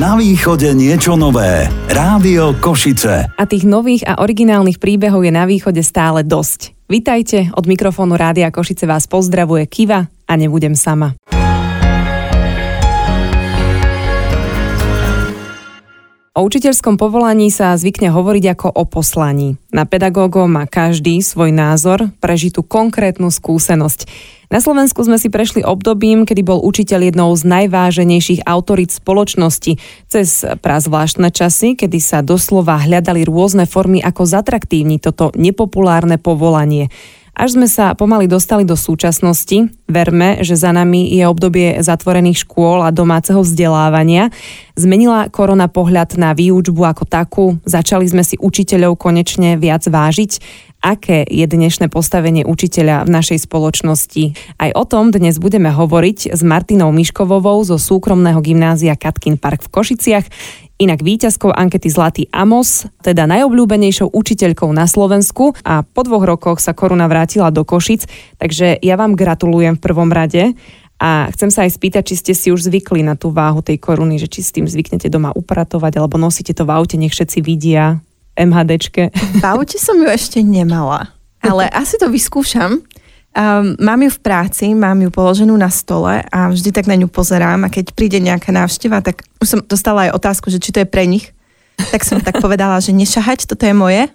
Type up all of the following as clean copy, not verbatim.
Na východe niečo nové. Rádio Košice. A tých nových a originálnych príbehov je na východe stále dosť. Vitajte, od mikrofónu Rádia Košice vás pozdravuje Kiva a nebudem sama. O učiteľskom povolaní sa zvykne hovoriť ako o poslaní. Na pedagógov má každý svoj názor, prežitú konkrétnu skúsenosť. Na Slovensku sme si prešli obdobím, kedy bol učiteľ jednou z najváženejších autorít spoločnosti, cez prazvláštne časy, kedy sa doslova hľadali rôzne formy, ako zatraktívniť toto nepopulárne povolanie. Až sme sa pomaly dostali do súčasnosti, verme, že za nami je obdobie zatvorených škôl a domáceho vzdelávania. Zmenila korona pohľad na výučbu ako takú, začali sme si učiteľov konečne viac vážiť. Aké je dnešné postavenie učiteľa v našej spoločnosti? Aj o tom dnes budeme hovoriť s Martinou Miškovovou zo súkromného gymnázia Katkin Park v Košiciach, inak víťazkou ankety Zlatý Amos, teda najobľúbenejšou učiteľkou na Slovensku, a po 2 rokoch sa koruna vrátila do Košic, takže ja vám gratulujem v prvom rade a chcem sa aj spýtať, či ste si už zvykli na tú váhu tej koruny, že či s tým zvyknete doma upratovať alebo nosíte to v aute, nech všetci vidia MHDčke. V aute som ju ešte nemala, ale asi to vyskúšam. Mám ju v práci, mám ju položenú na stole a vždy tak na ňu pozerám a keď príde nejaká návšteva, tak už som dostala aj otázku, že či to je pre nich. Tak som tak povedala, že nešahať, toto je moje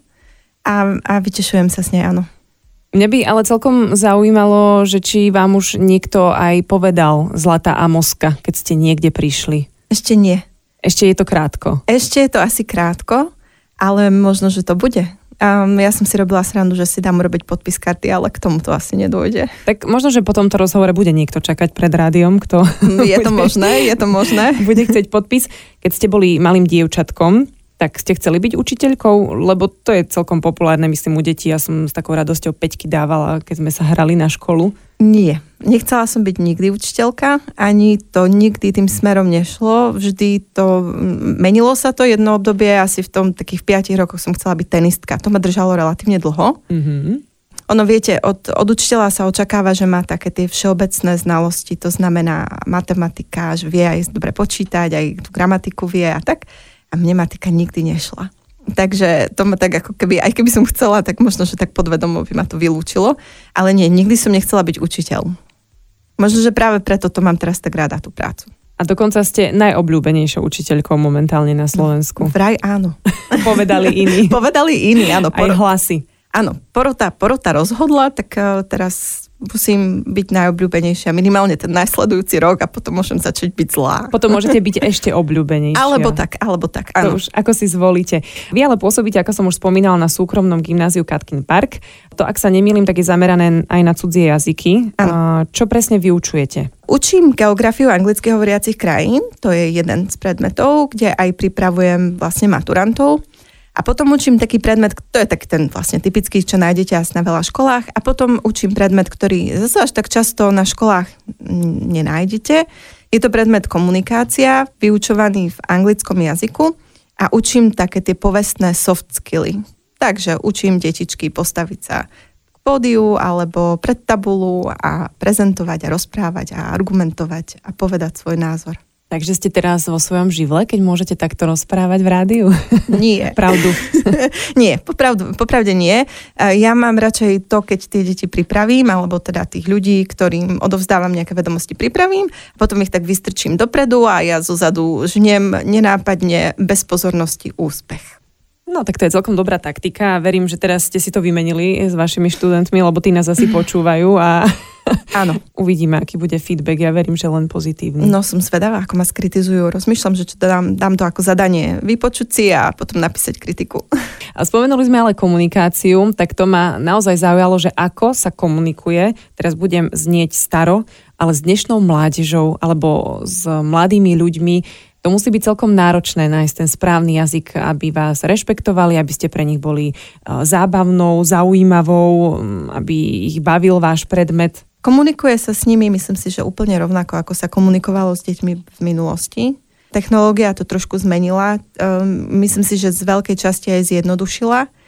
a vytešujem sa s nej, áno. Mňa by ale celkom zaujímalo, že či vám už niekto aj povedal Zlatá Amoska, keď ste niekde prišli. Ešte nie. Ešte je to krátko. Ešte je to asi krátko, ale možno, že to bude. Ja som si robila srandu, že si dám urobiť podpis karty, ale k tomu to asi nedôjde. Tak možno, že po tomto rozhovore bude niekto čakať pred rádiom, kto... Je to možné. Bude chcieť podpis. Keď ste boli malým dievčatkom, tak ste chceli byť učiteľkou? Lebo to je celkom populárne, myslím, u detí. Ja som s takou radosťou 5 dávala, keď sme sa hrali na školu. Nie. Nechcela som byť nikdy učiteľka, ani to nikdy tým smerom nešlo. Vždy to menilo sa to jedno obdobie, asi v tom takých 5 rokoch som chcela byť tenistka. To ma držalo relatívne dlho. Mm-hmm. Ono, viete, od učiteľa sa očakáva, že má také tie všeobecné znalosti, to znamená matematika, že vie aj dobre počítať, aj tú gramatiku vie a tak. A mne matika nikdy nešla. Takže to ma tak ako keby, aj keby som chcela, tak možno, že tak podvedomo by ma to vylúčilo. Ale nie, nikdy som nechcela byť učiteľ. Možno, že práve preto to mám teraz tak rada, tú prácu. A dokonca ste najobľúbenejšou učiteľkou momentálne na Slovensku. Vraj áno. Povedali iní. Povedali iní, áno. Aj hlasy. Áno, porota rozhodla, tak teraz musím byť najobľúbenejšia minimálne ten nasledujúci rok a potom môžem začať byť zlá. Potom môžete byť ešte obľúbenejšia. Alebo tak, áno. To už ako si zvolíte. Vy ale pôsobíte, ako som už spomínala, na súkromnom gymnáziu Katkin Park. To, ak sa nemýlim, tak je zamerané aj na cudzie jazyky. Čo presne vyučujete? Učím geografiu anglicky hovoriacich krajín, to je jeden z predmetov, kde aj pripravujem vlastne maturantov. A potom učím taký predmet, to je taký ten vlastne typický, čo nájdete asi na veľa školách. A potom učím predmet, ktorý zase až tak často na školách nenájdete. Je to predmet komunikácia, vyučovaný v anglickom jazyku a učím také tie povestné soft skilly. Takže učím detičky postaviť sa k pódiu alebo pred tabulu a prezentovať a rozprávať a argumentovať a povedať svoj názor. Takže ste teraz vo svojom živle, keď môžete takto rozprávať v rádiu? Nie. Pravdu? Nie, popravde nie. Ja mám radšej to, keď tie deti pripravím, alebo teda tých ľudí, ktorým odovzdávam nejaké vedomosti, pripravím, potom ich tak vystrčím dopredu a ja zozadu žnem nenápadne, bez pozornosti úspech. No tak to je celkom dobrá taktika. Verím, že teraz ste si to vymenili s vašimi študentmi, lebo tí nás asi počúvajú a áno. Uvidíme, aký bude feedback. Ja verím, že len pozitívny. No som zvedavá, ako ma skritizujú. Rozmýšľam, že dám to ako zadanie vypočuť si a potom napísať kritiku. A spomenuli sme ale komunikáciu, tak to ma naozaj zaujalo, že ako sa komunikuje. Teraz budem znieť staro, ale s dnešnou mládežou alebo s mladými ľuďmi. To musí byť celkom náročné nájsť ten správny jazyk, aby vás rešpektovali, aby ste pre nich boli zábavnou, zaujímavou, aby ich bavil váš predmet. Komunikuje sa s nimi, myslím si, že úplne rovnako, ako sa komunikovalo s deťmi v minulosti. Technológia to trošku zmenila. Myslím si, že z veľkej časti aj zjednodušila.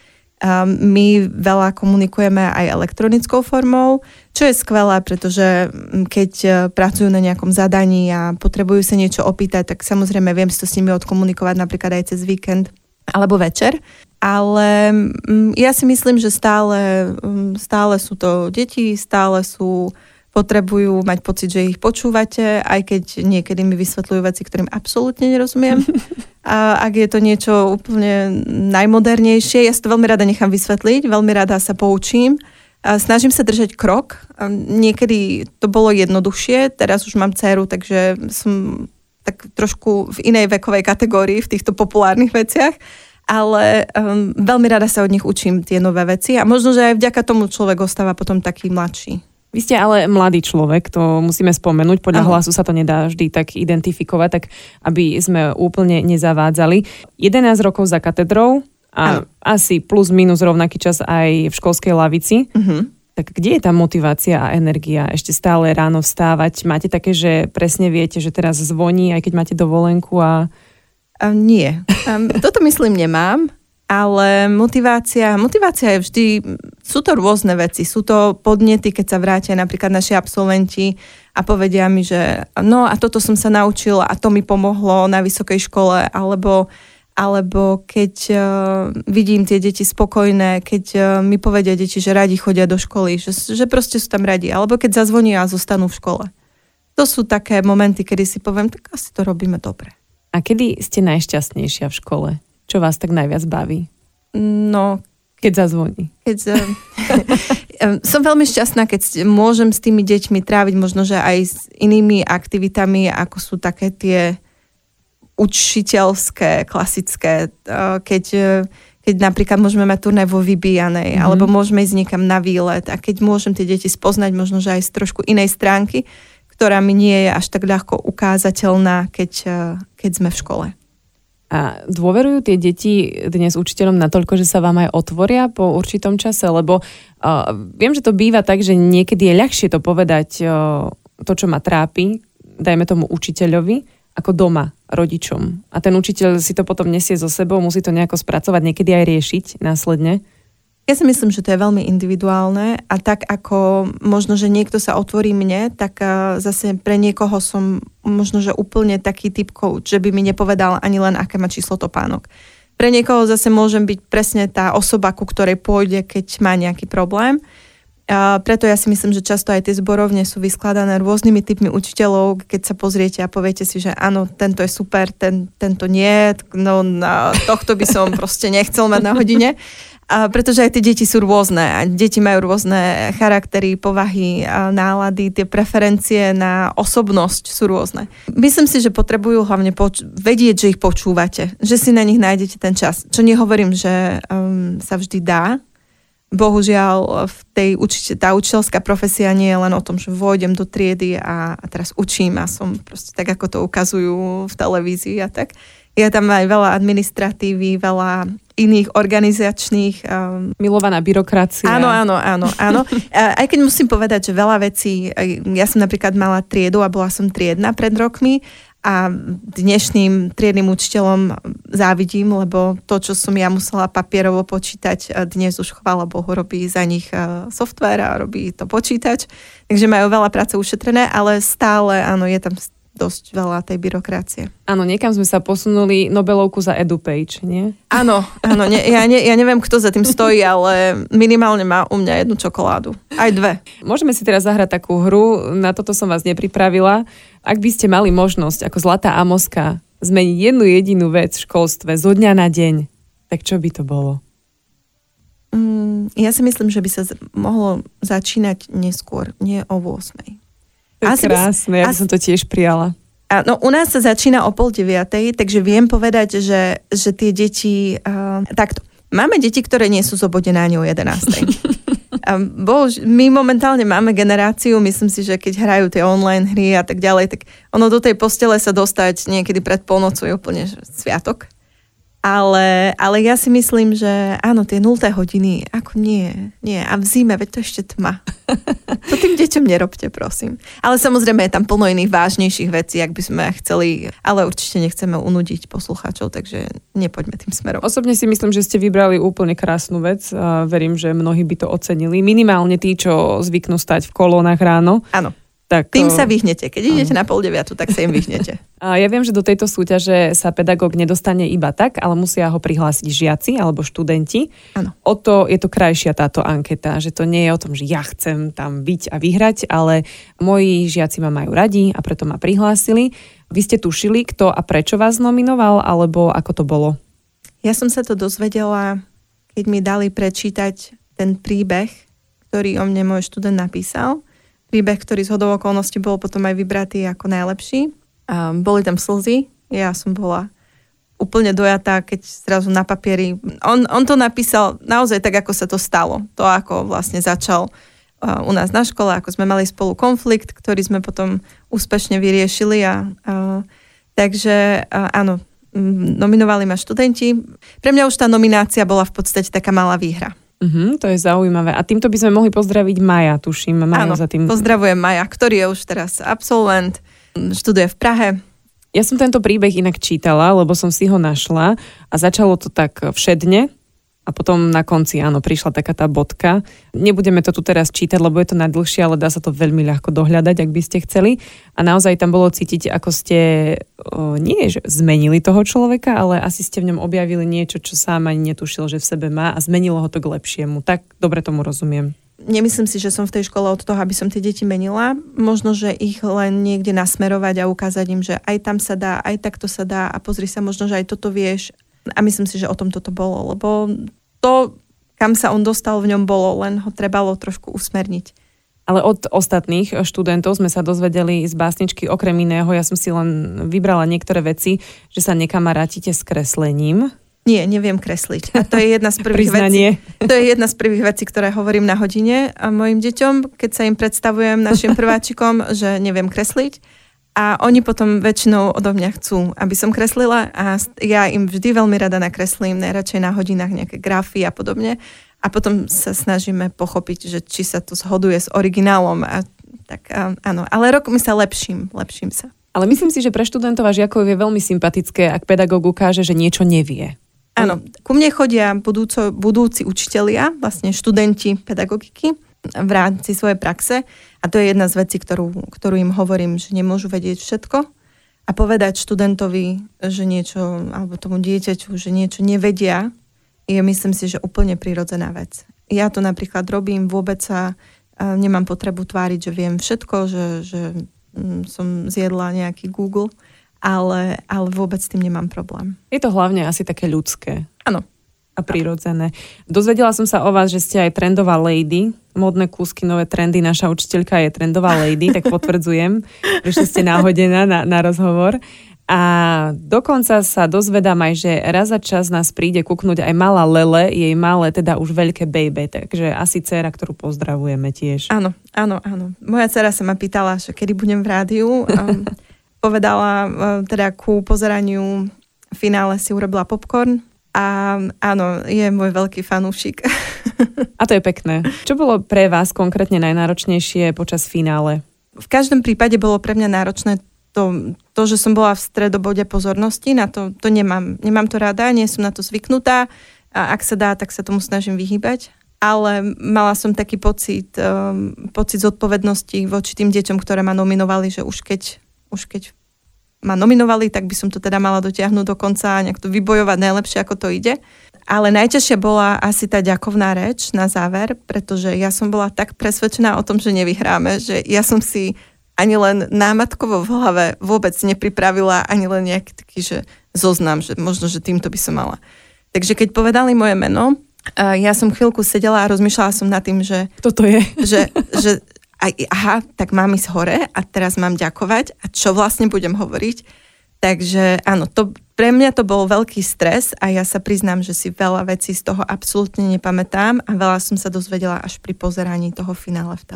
My veľa komunikujeme aj elektronickou formou, čo je skvelé, pretože keď pracujú na nejakom zadaní a potrebujú sa niečo opýtať, tak samozrejme viem si to s nimi odkomunikovať napríklad aj cez víkend alebo večer. Ale ja si myslím, že stále sú to deti, potrebujú mať pocit, že ich počúvate, aj keď niekedy mi vysvetľujú veci, ktorým absolútne nerozumiem. A ak je to niečo úplne najmodernejšie, ja si to veľmi rada nechám vysvetliť, veľmi rada sa poučím. Snažím sa držať krok. Niekedy to bolo jednoduchšie, teraz už mám dcéru, takže som tak trošku v inej vekovej kategórii v týchto populárnych veciach, ale veľmi rada sa od nich učím tie nové veci a možno, že aj vďaka tomu človek ostáva potom taký mladší. Vy ste ale mladý človek, to musíme spomenúť, podľa hlasu sa to nedá vždy tak identifikovať, tak aby sme úplne nezavádzali. 11 rokov za katedrou a asi plus minus rovnaký čas aj v školskej lavici. Tak kde je tá motivácia a energia? Ešte stále ráno vstávať? Máte také, že presne viete, že teraz zvoní, aj keď máte dovolenku a... Nie. Toto myslím nemám. Ale motivácia je vždy, sú to rôzne veci, sú to podnety, keď sa vrátia napríklad naši absolventi a povedia mi, že no a toto som sa naučil a to mi pomohlo na vysokej škole, alebo keď vidím tie deti spokojné, keď mi povedia deti, že radi chodia do školy, že proste sú tam radi, alebo keď zazvonia a zostanú v škole. To sú také momenty, kedy si poviem, tak asi to robíme dobre. A kedy ste najšťastnejšia v škole? Čo vás tak najviac baví? No, keď zazvoní. Som veľmi šťastná, keď môžem s tými deťmi tráviť možno, že aj s inými aktivitami, ako sú také tie učiteľské, klasické, keď napríklad môžeme mať turné vo Vybíjanej, alebo môžeme ísť niekam na výlet a keď môžem tie deti spoznať možno, že aj z trošku inej stránky, ktorá mi nie je až tak ľahko ukázateľná, keď sme v škole. A dôverujú tie deti dnes učiteľom natoľko, že sa vám aj otvoria po určitom čase? Lebo viem, že to býva tak, že niekedy je ľahšie to povedať to, čo ma trápi, dajme tomu učiteľovi, ako doma rodičom. A ten učiteľ si to potom nesie so sebou, musí to nejako spracovať, niekedy aj riešiť následne. Ja si myslím, že to je veľmi individuálne a tak ako možno, že niekto sa otvorí mne, tak zase pre niekoho som možno, že úplne taký typ coach, že by mi nepovedal ani len, aké má číslo topánok. Pre niekoho zase môžem byť presne tá osoba, ku ktorej pôjde, keď má nejaký problém. Preto ja si myslím, že často aj tie zborovne sú vyskladané rôznymi typmi učiteľov, keď sa pozriete a poviete si, že áno, tento je super, tento nie, no tohto by som proste nechcel mať na hodine. Pretože aj tie deti sú rôzne a deti majú rôzne charaktery, povahy, nálady, tie preferencie na osobnosť sú rôzne. Myslím si, že potrebujú hlavne vedieť, že ich počúvate, že si na nich nájdete ten čas. Čo nehovorím, že sa vždy dá. Bohužiaľ, tá učiteľská profesia nie je len o tom, že vôjdem do triedy a teraz učím a som proste tak, ako to ukazujú v televízii a tak. Je tam aj veľa administratívy, veľa iných organizačných... Milovaná byrokracia. Áno. Aj keď musím povedať, že veľa vecí... Ja som napríklad mala triedu a bola som triedna pred rokmi a dnešným triednym učiteľom závidím, lebo to, čo som ja musela papierovo počítať, dnes už, chvála Bohu, robí za nich software a robí to počítač. Takže majú veľa práce ušetrené, ale stále, áno, je tam dosť veľa tej byrokracie. Áno, niekam sme sa posunuli, Nobelovku za EduPage, nie? Áno, ja neviem, kto za tým stojí, ale minimálne má u mňa 1 čokoládu. Aj 2. Môžeme si teraz zahrať takú hru, na toto som vás nepripravila. Ak by ste mali možnosť, ako Zlatá Amoska, zmeniť jednu jedinú vec v školstve zo dňa na deň, tak čo by to bolo? Ja si myslím, že by sa mohlo začínať neskôr, nie o 8:00. To je krásne, ja by som to tiež prijala. No, u nás sa začína o 8:30, takže viem povedať, že tie deti... takto. Máme deti, ktoré nie sú zobudené ani o 11:00. My momentálne máme generáciu, myslím si, že keď hrajú tie online hry a tak ďalej, tak ono do tej postele sa dostať niekedy pred polnocou je úplne sviatok. Ale ja si myslím, že áno, tie 0. hodiny, ako nie. A v zime, veď to ešte tma. To tým deťom nerobte, prosím. Ale samozrejme je tam plno iných vážnejších vecí, ak by sme chceli, ale určite nechceme unudiť poslucháčov, takže nepoďme tým smerom. Osobne si myslím, že ste vybrali úplne krásnu vec a verím, že mnohí by to ocenili. Minimálne tí, čo zvyknú stať v kolónach ráno. Áno. Tak, tým sa vyhnete. Keď idete na 8:30, tak sa im vyhnete. A ja viem, že do tejto súťaže sa pedagóg nedostane iba tak, ale musia ho prihlásiť žiaci alebo študenti. Áno. O to je to krajšia táto anketa, že to nie je o tom, že ja chcem tam byť a vyhrať, ale moji žiaci ma majú radi a preto ma prihlásili. Vy ste tušili, kto a prečo vás nominoval, alebo ako to bolo? Ja som sa to dozvedela, keď mi dali prečítať ten príbeh, ktorý o mne môj študent napísal. Príbeh, ktorý z hodou okolností bol potom aj vybratý ako najlepší. Boli tam slzy, ja som bola úplne dojatá, keď zrazu na papieri... On to napísal naozaj tak, ako sa to stalo. To, ako vlastne začal u nás na škole, ako sme mali spolu konflikt, ktorý sme potom úspešne vyriešili. Takže áno, nominovali ma študenti. Pre mňa už tá nominácia bola v podstate taká malá výhra. To je zaujímavé. A týmto by sme mohli pozdraviť Maja, tuším. Áno, za tým... pozdravujem Maja, ktorý je už teraz absolvent, študuje v Prahe. Ja som tento príbeh inak čítala, lebo som si ho našla a začalo to tak všedne a potom na konci, áno, prišla taká tá bodka. Nebudeme to tu teraz čítať, lebo je to najdlhšie, ale dá sa to veľmi ľahko dohľadať, ak by ste chceli. A naozaj tam bolo cítiť, ako ste nie že zmenili toho človeka, ale asi ste v ňom objavili niečo, čo sám ani netušil, že v sebe má a zmenilo ho to k lepšiemu. Tak dobre tomu rozumiem. Nemyslím si, že som v tej škole od toho, aby som tie deti menila. Možno, že ich len niekde nasmerovať a ukázať im, že aj tam sa dá, aj takto sa dá a pozri sa, možno, že aj toto vieš. A myslím si, že o tom toto bolo, lebo to, kam sa on dostal, v ňom bolo, len ho trebalo trošku usmerniť. Ale od ostatných študentov sme sa dozvedeli z básničky okrem iného, ja som si len vybrala niektoré veci, že sa nekamarátite s kreslením. Nie, neviem kresliť. A to je jedna z prvých vecí. To je jedna z prvých vecí, ktoré hovorím na hodine a mojim deťom, keď sa im predstavujem našim prváčikom, že neviem kresliť. A oni potom väčšinou odo mňa chcú, aby som kreslila a ja im vždy veľmi rada nakreslím, najradšej na hodinách nejaké grafy a podobne. A potom sa snažíme pochopiť, že či sa to zhoduje s originálom. Áno, ale rok mi sa lepším sa. Ale myslím si, že pre študentov a žiakov je veľmi sympatické, ak pedagóg ukáže, že niečo nevie. Áno, ku mne chodia budúci učitelia, vlastne študenti pedagogiky v rámci svojej praxe a to je jedna z vecí, ktorú im hovorím, že nemôžu vedieť všetko a povedať študentovi, že niečo, alebo tomu dieťaťu, že niečo nevedia, je myslím si, že úplne prirodzená vec. Ja to napríklad robím, vôbec sa nemám potrebu tváriť, že viem všetko, že som zjedla nejaký Google, ale vôbec s tým nemám problém. Je to hlavne asi také ľudské. Áno. A prirodzené. Dozvedela som sa o vás, že ste aj trendová lady. Modné kúsky, nové trendy. Naša učiteľka je trendová lady, tak potvrdzujem. Prišli ste náhodená na rozhovor. A dokonca sa dozvedám aj, že raz za čas nás príde kúknuť aj malá Lele, jej malé, teda už veľké baby. Takže asi dcéra, ktorú pozdravujeme tiež. Áno. Moja dcéra sa ma pýtala, že kedy budem v rádiu. Povedala, teda ku pozeraniu finále si urobila popcorn. A áno, je môj veľký fanúšik. A to je pekné. Čo bolo pre vás konkrétne najnáročnejšie počas finále? V každom prípade bolo pre mňa náročné to, že som bola v stredobode pozornosti. Na to nemám. Nemám to rada, nie som na to zvyknutá. A ak sa dá, tak sa tomu snažím vyhýbať. Ale mala som taký pocit zodpovednosti voči tým deťom, ktoré ma nominovali, že už keď ma nominovali, tak by som to teda mala dotiahnuť do konca a nejak to vybojovať najlepšie, ako to ide. Ale najťažšia bola asi tá ďakovná reč na záver, pretože ja som bola tak presvedčená o tom, že nevyhráme, že ja som si ani len námatkovo v hlave vôbec nepripravila ani len nejaký taký, že zoznam, že možno, že týmto by som mala. Takže keď povedali moje meno, ja som chvíľku sedela a rozmýšľala som nad tým, že... Kto to je? Že aha, tak mám ísť hore a teraz mám ďakovať a čo vlastne budem hovoriť. Takže áno, pre mňa to bol veľký stres a ja sa priznám, že si veľa vecí z toho absolútne nepamätám a veľa som sa dozvedela až pri pozeraní toho finále v telke.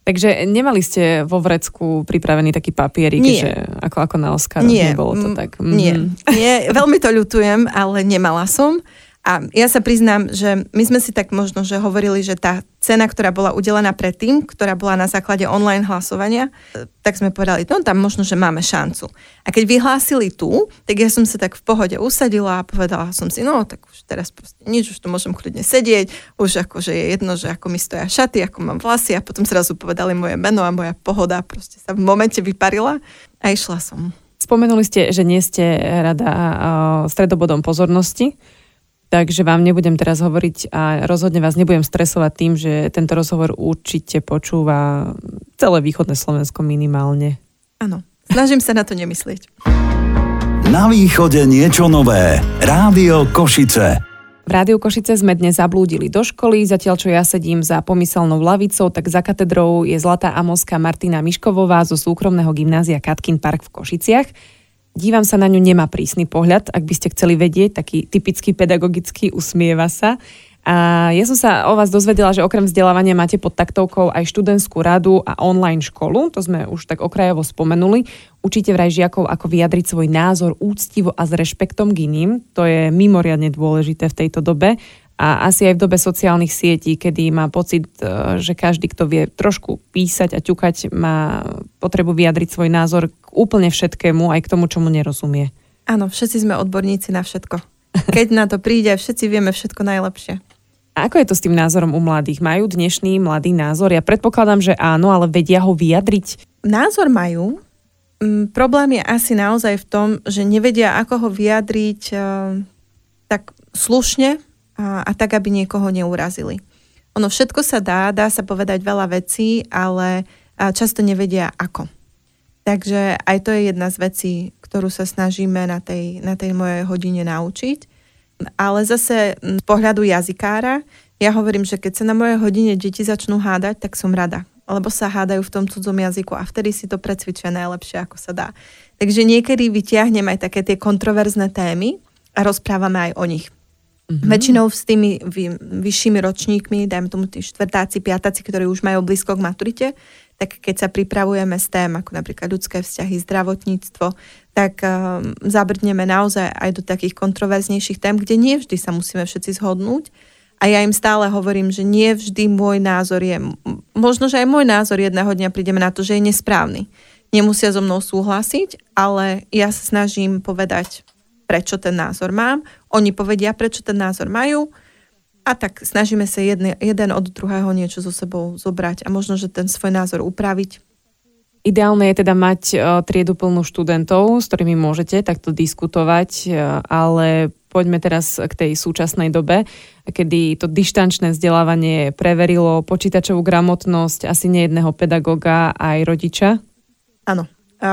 Takže nemali ste vo vrecku pripravený taký papierik, že ako na Oscaroch, nebolo to tak? Nie, veľmi to ľutujem, ale nemala som. A ja sa priznám, že my sme si tak možno, že hovorili, že tá cena, ktorá bola udelená predtým, ktorá bola na základe online hlasovania, tak sme povedali, no tam možno, že máme šancu. A keď vyhlásili tú, tak ja som sa tak v pohode usadila a povedala som si, no tak už teraz proste nič, už tu môžem kľudne sedieť, už akože je jedno, že ako mi stoja šaty, ako mám vlasy a potom zrazu povedali moje meno a moja pohoda proste sa v momente vyparila a išla som. Spomenuli ste, že nie ste rada stredobodom pozornosti. Takže vám nebudem teraz hovoriť a rozhodne vás nebudem stresovať tým, že tento rozhovor určite počúva celé východné Slovensko minimálne. Áno, snažím sa na to nemyslieť. Na východe niečo nové. Rádio Košice. V Rádiu Košice sme dnes zablúdili do školy, zatiaľ čo ja sedím za pomyselnou lavicou, tak za katedrou je zlatá amoska Martina Miškovová zo súkromného gymnázia Katkin Park v Košiciach. Dívam sa na ňu, nemá prísny pohľad, ak by ste chceli vedieť, taký typický pedagogický, usmieva sa. A ja som sa o vás dozvedela, že okrem vzdelávania máte pod taktovkou aj študentskú radu a online školu, to sme už tak okrajovo spomenuli. Učíte vraj žiakov, ako vyjadriť svoj názor úctivo a s rešpektom k iným, to je mimoriadne dôležité v tejto dobe. A asi aj v dobe sociálnych sietí, kedy má pocit, že každý, kto vie trošku písať a ťukať, má potrebu vyjadriť svoj názor k úplne všetkému, aj k tomu, čomu nerozumie. Áno, všetci sme odborníci na všetko. Keď na to príde, všetci vieme všetko najlepšie. A ako je to s tým názorom u mladých? Majú dnešný mladý názor? Ja predpokladám, že áno, ale vedia ho vyjadriť? Názor majú. Problém je asi naozaj v tom, že nevedia, ako ho vyjadriť tak slušne, a tak, aby niekoho neurazili. Ono všetko sa dá sa povedať veľa vecí, ale často nevedia ako. Takže aj to je jedna z vecí, ktorú sa snažíme na tej mojej hodine naučiť. Ale zase z pohľadu jazykára, ja hovorím, že keď sa na mojej hodine deti začnú hádať, tak som rada. Lebo sa hádajú v tom cudzom jazyku a vtedy si to precvičia najlepšie, ako sa dá. Takže niekedy vytiahnem aj také tie kontroverzné témy a rozprávame aj o nich. Väčšinou s tými vyššími ročníkmi, dajme tomu tí štvrtáci, piatáci, ktorí už majú blízko k maturite, tak keď sa pripravujeme s tém, ako napríklad ľudské vzťahy, zdravotníctvo, tak zabrdneme naozaj aj do takých kontroverznejších tém, kde nie vždy sa musíme všetci zhodnúť. A ja im stále hovorím, že nie vždy môj názor je, možno, že aj môj názor jedného dňa prídeme na to, že je nesprávny. Nemusia so mnou súhlasiť, ale ja sa snažím povedať, prečo ten názor mám. Oni povedia, prečo ten názor majú a tak snažíme sa jeden od druhého niečo so sebou zobrať a možno, že ten svoj názor upraviť. Ideálne je teda mať triedu plnú študentov, s ktorými môžete takto diskutovať, ale poďme teraz k tej súčasnej dobe, kedy to dištančné vzdelávanie preverilo počítačovú gramotnosť asi nejedného pedagóga aj rodiča. Áno.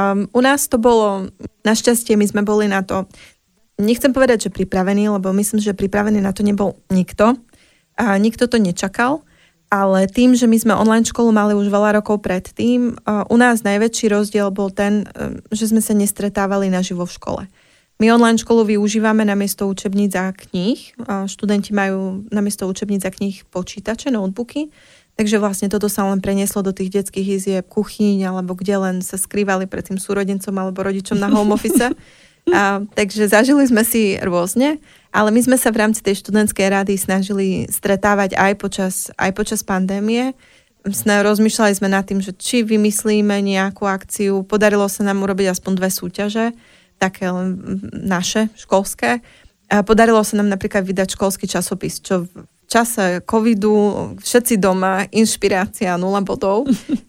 U nás to bolo, našťastie my sme boli na to, nechcem povedať, že pripravený, lebo myslím, že pripravený na to nebol nikto. A nikto to nečakal, ale tým, že my sme online školu mali už veľa rokov predtým, u nás najväčší rozdiel bol ten, že sme sa nestretávali naživo v škole. My online školu využívame namiesto učebníc a kníh. Študenti majú namiesto učebníc a kníh počítače, notebooky, takže vlastne toto sa len prenieslo do tých detských izieb, kuchyň, alebo kde len sa skrývali pred tým súrodencom alebo rodičom na home office. Takže zažili sme si rôzne, ale my sme sa v rámci tej študentskej rady snažili stretávať aj počas pandémie. Rozmýšľali sme nad tým, že či vymyslíme nejakú akciu. Podarilo sa nám urobiť aspoň 2 súťaže, také naše, školské. Podarilo sa nám napríklad vydať školský časopis, čo v čase covidu, všetci doma, inšpirácia 0 bodov.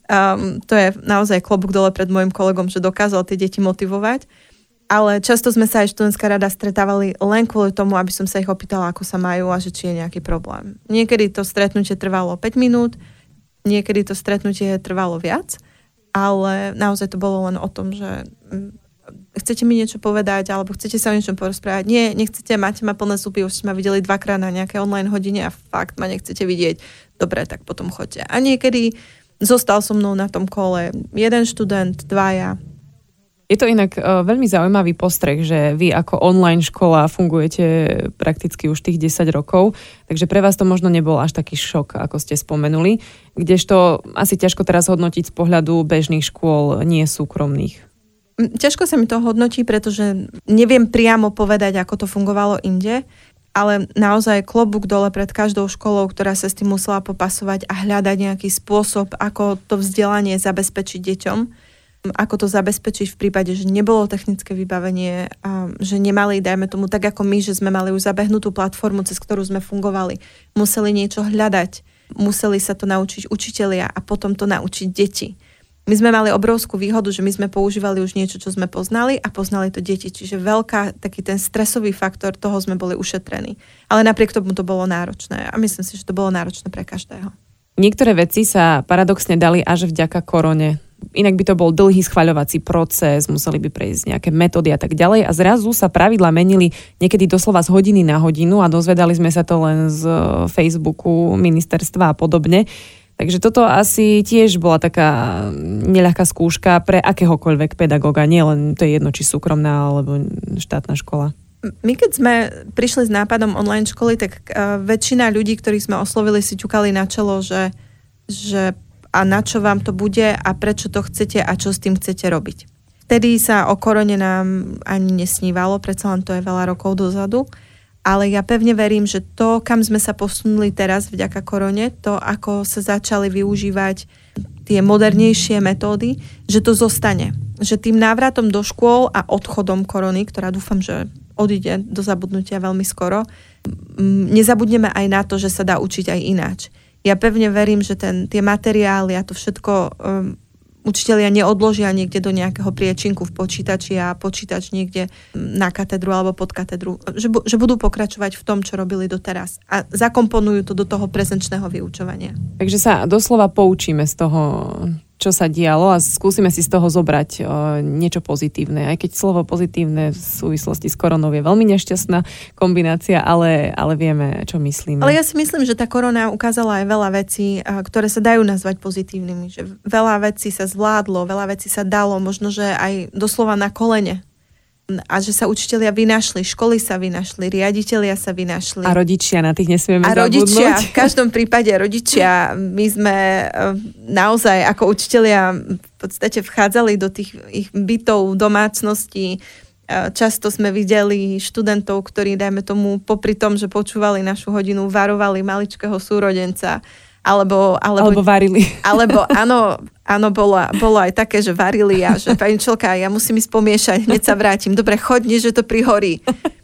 To je naozaj klobúk dole pred môjim kolegom, že dokázal tie deti motivovať. Ale často sme sa aj študentská rada stretávali len kvôli tomu, aby som sa ich opýtala, ako sa majú a že či je nejaký problém. Niekedy to stretnutie trvalo 5 minút, niekedy to stretnutie trvalo viac, ale naozaj to bolo len o tom, že chcete mi niečo povedať, alebo chcete sa o niečom porozprávať. Nie, nechcete, máte ma plné zuby, už ste ma videli 2-krát na nejaké online hodine a fakt ma nechcete vidieť. Dobre, tak potom choďte. A niekedy zostal so mnou na tom kole jeden študent, 2. Je to inak veľmi zaujímavý postreh, že vy ako online škola fungujete prakticky už tých 10 rokov, takže pre vás to možno nebol až taký šok, ako ste spomenuli, kdežto asi ťažko teraz hodnotiť z pohľadu bežných škôl, nie súkromných. Ťažko sa mi to hodnotí, pretože neviem priamo povedať, ako to fungovalo inde, ale naozaj klobúk dole pred každou školou, ktorá sa s tým musela popasovať a hľadať nejaký spôsob, ako to vzdelanie zabezpečiť deťom. Ako to zabezpečiť v prípade, že nebolo technické vybavenie, a že nemali, dajme tomu, tak ako my, že sme mali už zabehnutú platformu, cez ktorú sme fungovali. Museli niečo hľadať, museli sa to naučiť učitelia a potom to naučiť deti. My sme mali obrovskú výhodu, že my sme používali už niečo, čo sme poznali a poznali to deti. Čiže taký ten stresový faktor, toho sme boli ušetrení. Ale napriek tomu to bolo náročné a myslím si, že to bolo náročné pre každého. Niektoré veci sa paradoxne dali až vďaka korone. Inak by to bol dlhý schvaľovací proces, museli by prejsť nejaké metódy a tak ďalej a zrazu sa pravidlá menili niekedy doslova z hodiny na hodinu a dozvedali sme sa to len z Facebooku, ministerstva a podobne. Takže toto asi tiež bola taká neľahká skúška pre akéhokoľvek pedagóga, nielen to je jedno, či súkromná alebo štátna škola. My keď sme prišli s nápadom online školy, tak väčšina ľudí, ktorých sme oslovili, si ťukali na čelo, že a na čo vám to bude a prečo to chcete a čo s tým chcete robiť. Vtedy sa o korone nám ani nesnívalo, predsa len to je veľa rokov dozadu, ale ja pevne verím, že to, kam sme sa posunuli teraz vďaka korone, to, ako sa začali využívať tie modernejšie metódy, že to zostane. Že tým návratom do škôl a odchodom korony, ktorá dúfam, že odíde do zabudnutia veľmi skoro, nezabudneme aj na to, že sa dá učiť aj ináč. Ja pevne verím, že tie materiály a to všetko učitelia neodložia niekde do nejakého priečinku v počítači a počítač niekde na katedru alebo pod katedru. Že budú pokračovať v tom, čo robili doteraz. A zakomponujú to do toho prezenčného vyučovania. Takže sa doslova poučíme z toho, čo sa dialo a skúsime si z toho zobrať niečo pozitívne. Aj keď slovo pozitívne v súvislosti s koronou je veľmi nešťastná kombinácia, ale vieme, čo myslíme. Ale ja si myslím, že tá korona ukázala aj veľa vecí, ktoré sa dajú nazvať pozitívnymi. Že veľa vecí sa zvládlo, veľa vecí sa dalo, možno, že aj doslova na kolene. A že sa učitelia vynašli, školy sa vynašli, riaditelia sa vynašli. A rodičia, na tých nesmieme zabudnúť. A rodičia, v každom prípade rodičia, my sme naozaj ako učitelia v podstate vchádzali do tých ich bytov, domácností. Často sme videli študentov, ktorí, dajme tomu, popri tom, že počúvali našu hodinu, varovali maličkého súrodenca. Alebo varili. Alebo áno, bolo aj také, že varili a že pani učiteľka, ja musím ísť pomiešať, hneď sa vrátim. Dobre, chodni, že to prihorí.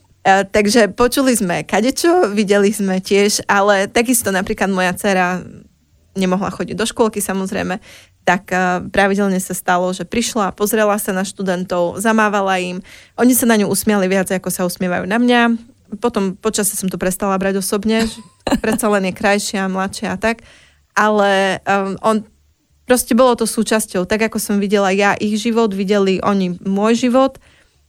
Takže počuli sme kadečo, videli sme tiež, ale takisto napríklad moja dcera nemohla chodiť do škôlky samozrejme, tak pravidelne sa stalo, že prišla, pozrela sa na študentov, zamávala im. Oni sa na ňu usmiali viac, ako sa usmievajú na mňa. Potom počasie som to prestala brať osobne, predsa len je krajšia, mladšia a tak, ale proste bolo to súčasťou, tak ako som videla ja ich život, videli oni môj život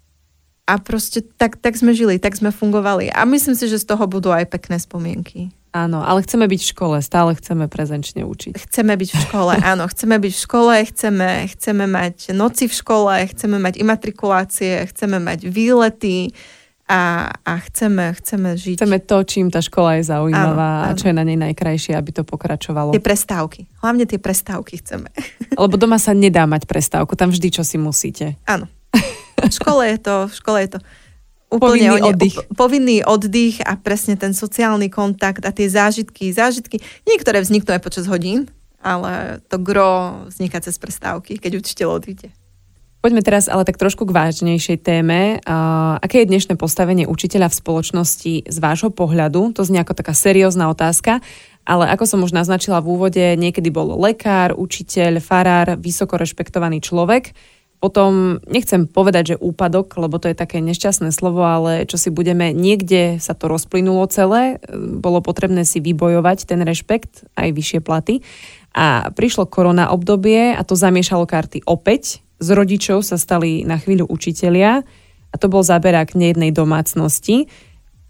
a proste tak sme žili, tak sme fungovali a myslím si, že z toho budú aj pekné spomienky. Áno, ale chceme byť v škole, stále chceme prezenčne učiť. Chceme byť v škole, áno, chceme byť v škole, chceme mať noci v škole, chceme mať imatrikulácie, chceme mať výlety, a chceme žiť. Chceme to, čím tá škola je zaujímavá a čo je na nej najkrajšie, aby to pokračovalo. Tie prestávky. Hlavne tie prestávky chceme. Lebo doma sa nedá mať prestávku, tam vždy čo si musíte. Áno. V škole je to úplne povinný oddych a presne ten sociálny kontakt a tie zážitky. Niektoré vzniknú aj počas hodín, ale to gro vzniká cez prestávky, keď učiteľ odíde. Poďme teraz ale tak trošku k vážnejšej téme. Aké je dnešné postavenie učiteľa v spoločnosti z vášho pohľadu? To znie ako taká seriózna otázka, ale ako som už naznačila v úvode, niekedy bol lekár, učiteľ, farár, vysoko rešpektovaný človek. Potom, nechcem povedať, že úpadok, lebo to je také nešťastné slovo, ale čo si budeme, niekde sa to rozplynulo celé, bolo potrebné si vybojovať ten rešpekt, aj vyššie platy. A prišlo korona obdobie a to zamiešalo karty opäť. Z rodičov sa stali na chvíľu učitelia a to bol záberák nejednej domácnosti.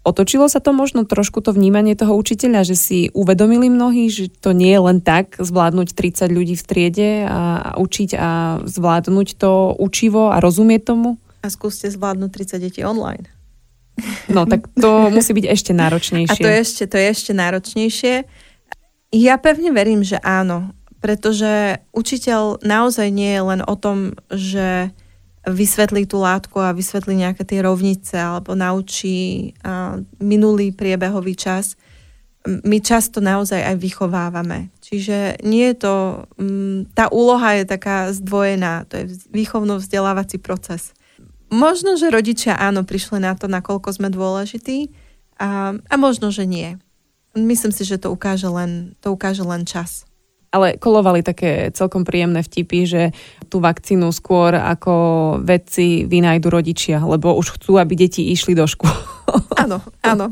Otočilo sa to možno trošku to vnímanie toho učiteľa, že si uvedomili mnohí, že to nie je len tak zvládnuť 30 ľudí v triede a učiť a zvládnuť to učivo a rozumieť tomu? A skúste zvládnuť 30 detí online. No tak to musí byť ešte náročnejšie. A to je ešte náročnejšie. Ja pevne verím, že áno, pretože učiteľ naozaj nie je len o tom, že vysvetlí tú látku a vysvetlí nejaké tie rovnice alebo naučí minulý priebehový čas. My často naozaj aj vychovávame. Čiže nie je to, tá úloha je taká zdvojená, to je výchovno-vzdelávací proces. Možno, že rodičia áno, prišli na to, nakoľko sme dôležití a možno, že nie. Myslím si, že to ukáže len čas. Ale kolovali také celkom príjemné vtipy, že tú vakcínu skôr ako vedci vynajdu rodičia, lebo už chcú, aby deti išli do škôl. Áno, áno.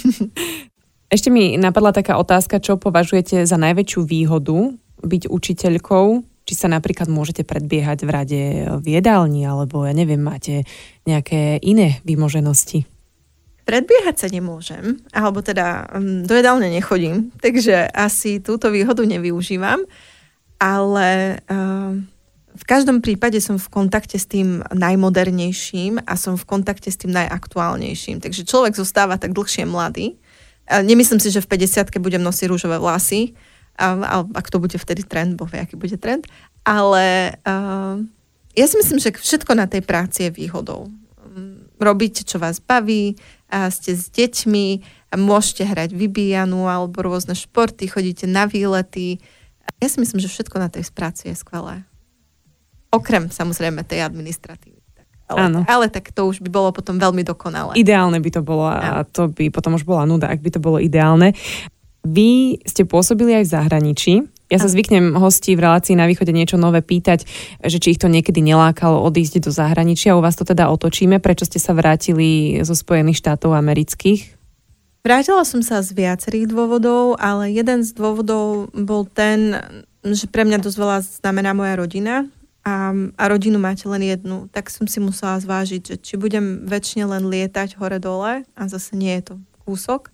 Ešte mi napadla taká otázka, čo považujete za najväčšiu výhodu byť učiteľkou? Či sa napríklad môžete predbiehať v rade v jedálni, alebo ja neviem, máte nejaké iné vymoženosti? Predbiehať sa nemôžem, alebo teda do jedálne nechodím, takže asi túto výhodu nevyužívam, ale v každom prípade som v kontakte s tým najmodernejším a som v kontakte s tým najaktuálnejším. Takže človek zostáva tak dlhšie mladý. Nemyslím si, že v 50-ke budem nosiť rúžové vlasy, ak to bude vtedy trend, boh vie, aký bude trend, ale ja si myslím, že všetko na tej práci je výhodou. Robíte, čo vás baví, a ste s deťmi, a môžete hrať vybíjanu alebo rôzne športy, chodíte na výlety. Ja si myslím, že všetko na tej práci je skvelé. Okrem samozrejme tej administratívy. Ale tak to už by bolo potom veľmi dokonalé. Ideálne by to bolo a to by potom už bola nuda, ak by to bolo ideálne. Vy ste pôsobili aj v zahraničí. Ja sa zvyknem hostí v relácii Na východe niečo nové pýtať, že či ich to niekedy nelákalo odísť do zahraničia. U vás to teda otočíme. Prečo ste sa vrátili zo Spojených štátov amerických? Vrátila som sa z viacerých dôvodov, ale jeden z dôvodov bol ten, že pre mňa dosť veľa znamená moja rodina a rodinu máte len jednu. Tak som si musela zvážiť, že či budem väčšine len lietať hore-dole a zase nie je to kúsok.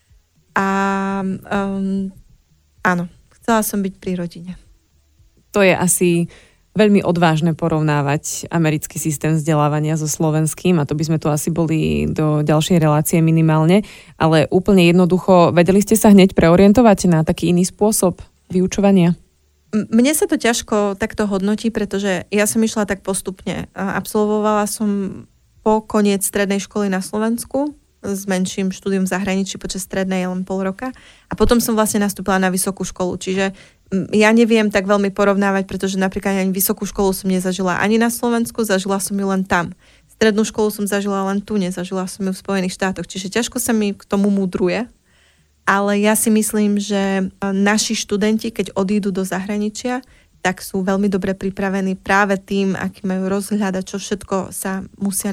Áno. Chcela som byť pri rodine. To je asi veľmi odvážne porovnávať americký systém vzdelávania so slovenským a to by sme tu asi boli do ďalšej relácie minimálne, ale úplne jednoducho, vedeli ste sa hneď preorientovať na taký iný spôsob vyučovania? Mne sa to ťažko takto hodnotí, pretože ja som išla tak postupne. Absolvovala som po koniec strednej školy na Slovensku, s menším štúdium v zahraničí počas strednej len pol roka. A potom som vlastne nastúpila na vysokú školu. Čiže ja neviem tak veľmi porovnávať, pretože napríklad ani vysokú školu som nezažila ani na Slovensku, zažila som ju len tam. Strednú školu som zažila len tu, nezažila som ju v Spojených štátoch. Čiže ťažko sa mi k tomu múdruje. Ale ja si myslím, že naši študenti, keď odídu do zahraničia, tak sú veľmi dobre pripravení práve tým, aký majú rozhľadať, čo všetko sa musia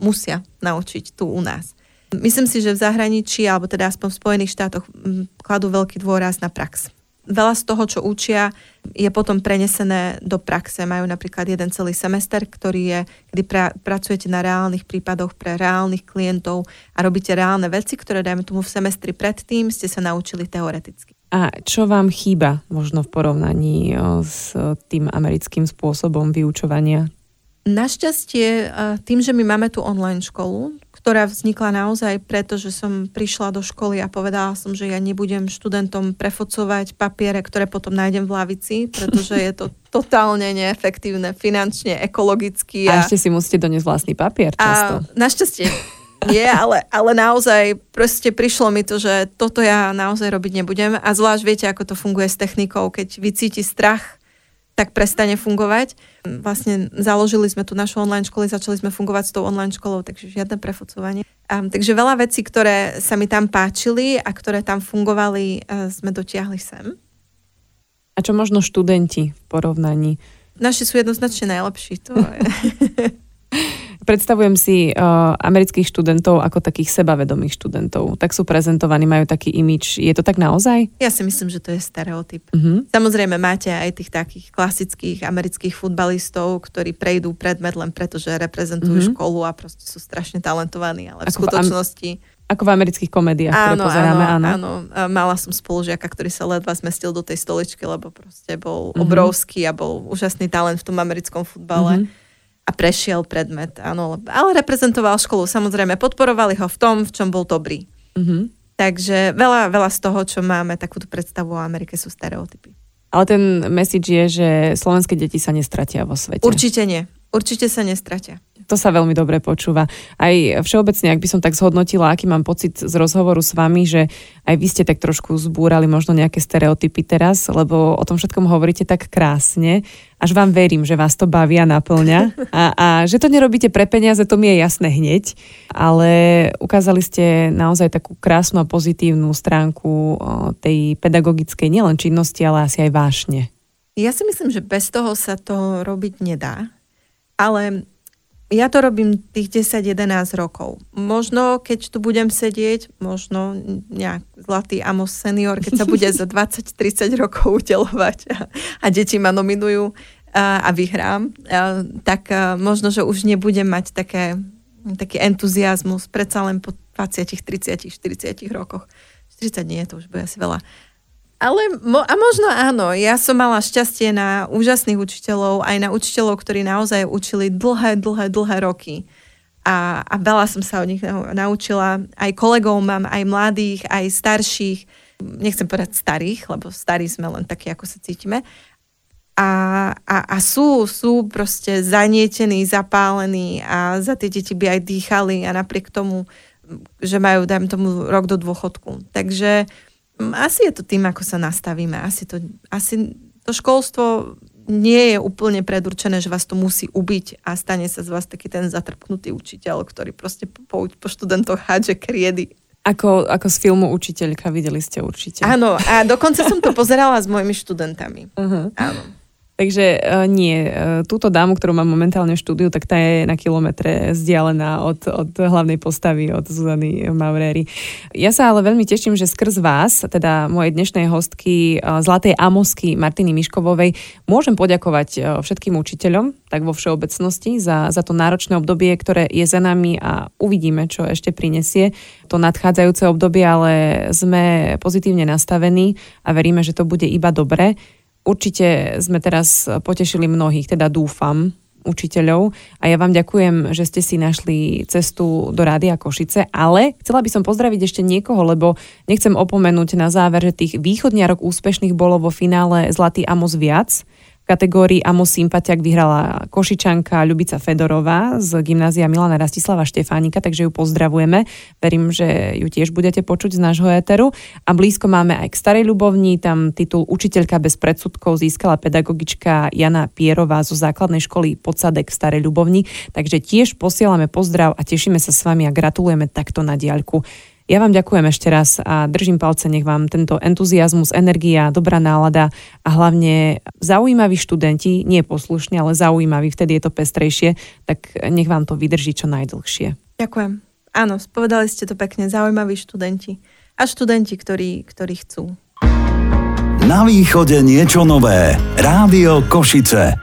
naučiť tu u nás. Myslím si, že v zahraničí, alebo teda aspoň v Spojených štátoch kladú veľký dôraz na prax. Veľa z toho, čo učia, je potom prenesené do praxe. Majú napríklad jeden celý semester, kedy pracujete na reálnych prípadoch pre reálnych klientov a robíte reálne veci, ktoré dajme tomu v semestri predtým ste sa naučili teoreticky. A čo vám chýba možno v porovnaní s tým americkým spôsobom vyučovania? Našťastie tým, že my máme tú online školu, ktorá vznikla naozaj preto, že som prišla do školy a povedala som, že ja nebudem študentom prefocovať papiere, ktoré potom nájdem v lavici, pretože je to totálne neefektívne, finančne, ekologicky. A ešte si musíte doniesť vlastný papier často. Našťastie nie, ale naozaj proste prišlo mi to, že toto ja naozaj robiť nebudem. A zvlášť viete, ako to funguje s technikou, keď vycíti strach, tak prestane fungovať. Vlastne založili sme tú našu online školu, začali sme fungovať s tou online školou, takže žiadne prefocovanie. Takže veľa vecí, ktoré sa mi tam páčili a ktoré tam fungovali, sme dotiahli sem. A čo možno študenti v porovnaní? Naši sú jednoznačne najlepší. To je. Predstavujem si amerických študentov ako takých sebavedomých študentov. Tak sú prezentovaní, majú taký imidž. Je to tak naozaj? Ja si myslím, že to je stereotyp. Samozrejme máte aj tých takých klasických amerických futbalistov, ktorí prejdú predmet len preto, že reprezentujú školu a proste sú strašne talentovaní, ale v skutočnosti... Ako v amerických komédiách, ktoré pozeráme, áno. Mala som spolužiaka, ktorý sa ledva zmestil do tej stoličky, lebo proste bol obrovský a bol úžasný talent v tom americkom futbale. A prešiel predmet, áno. Ale reprezentoval školu, samozrejme. Podporovali ho v tom, v čom bol dobrý. Takže veľa z toho, čo máme, takúto predstavu o Amerike, sú stereotypy. Ale ten message je, že slovenské deti sa nestratia vo svete. Určite nie. Určite sa nestratia. To sa veľmi dobre počúva. Aj všeobecne, ak by som tak zhodnotila, aký mám pocit z rozhovoru s vami, že aj vy ste tak trošku zbúrali možno nejaké stereotypy teraz, lebo o tom všetkom hovoríte tak krásne, až vám verím, že vás to baví a naplňa. A že to nerobíte pre peniaze, to mi je jasné hneď, ale ukázali ste naozaj takú krásnu a pozitívnu stránku tej pedagogickej nielen činnosti, ale asi aj vášne. Ja si myslím, že bez toho sa to robiť nedá. Ale ja to robím tých 10-11 rokov. Možno, keď tu budem sedieť, možno nejak zlatý Amos senior, keď sa bude za 20-30 rokov udeľovať a deti ma nominujú a vyhrám, tak možno, že už nebudem mať taký entuziasmus predsa len po 20, 30, 40 rokoch. 40 nie, to už bude asi veľa. Ale a možno áno, ja som mala šťastie na úžasných učiteľov, aj na učiteľov, ktorí naozaj učili dlhé roky. A veľa som sa od nich naučila. Aj kolegov mám, aj mladých, aj starších. Nechcem povedať starých, lebo starí sme len takí, ako sa cítime. A sú proste zanietení, zapálení a za tie deti by aj dýchali a napriek tomu, že majú, dajme tomu, rok do dôchodku. Takže asi je to tým, ako sa nastavíme. Asi to školstvo nie je úplne predurčené, že vás to musí ubiť a stane sa z vás taký ten zatrpknutý učiteľ, ktorý proste po študentoch hádže kriedy. Ako z filmu Učiteľka, videli ste určite. Áno, a dokonca som to pozerala s mojimi študentami. Áno. Takže nie, túto dámu, ktorú mám momentálne v štúdiu, tak tá je na kilometre vzdialená od hlavnej postavy, od Zuzany Mauréry. Ja sa ale veľmi teším, že skrz vás, teda mojej dnešnej hostky Zlatej Amosky Martiny Miškovovej, môžem poďakovať všetkým učiteľom, tak vo všeobecnosti, za to náročné obdobie, ktoré je za nami a uvidíme, čo ešte prinesie to nadchádzajúce obdobie, ale sme pozitívne nastavení a veríme, že to bude iba dobre. Určite sme teraz potešili mnohých, teda dúfam, učiteľov a ja vám ďakujem, že ste si našli cestu do Rádia Košice, ale chcela by som pozdraviť ešte niekoho, lebo nechcem opomenúť na záver, že tých východniarok úspešných bolo vo finále Zlatý Amos viac. V kategórii Amos Sympatiak vyhrala Košičanka Ľubica Fedorová z gymnázia Milana Rastislava Štefánika, takže ju pozdravujeme. Verím, že ju tiež budete počuť z nášho éteru. A blízko máme aj k Starej Ľubovni, tam titul Učiteľka bez predsudkov získala pedagogička Jana Pierová zo základnej školy Podsadek v Starej Ľubovni, takže tiež posielame pozdrav a tešíme sa s vami a gratulujeme takto na diaľku. Ja vám ďakujem ešte raz a držím palce, nech vám tento entuziazmus, energia, dobrá nálada a hlavne zaujímaví študenti, nie poslušní, ale zaujímaví, vtedy je to pestrejšie, tak nech vám to vydrží čo najdlhšie. Ďakujem. Áno, spovedali ste to pekne, zaujímaví študenti a študenti, ktorí chcú. Na východe niečo nové. Rádio Košice.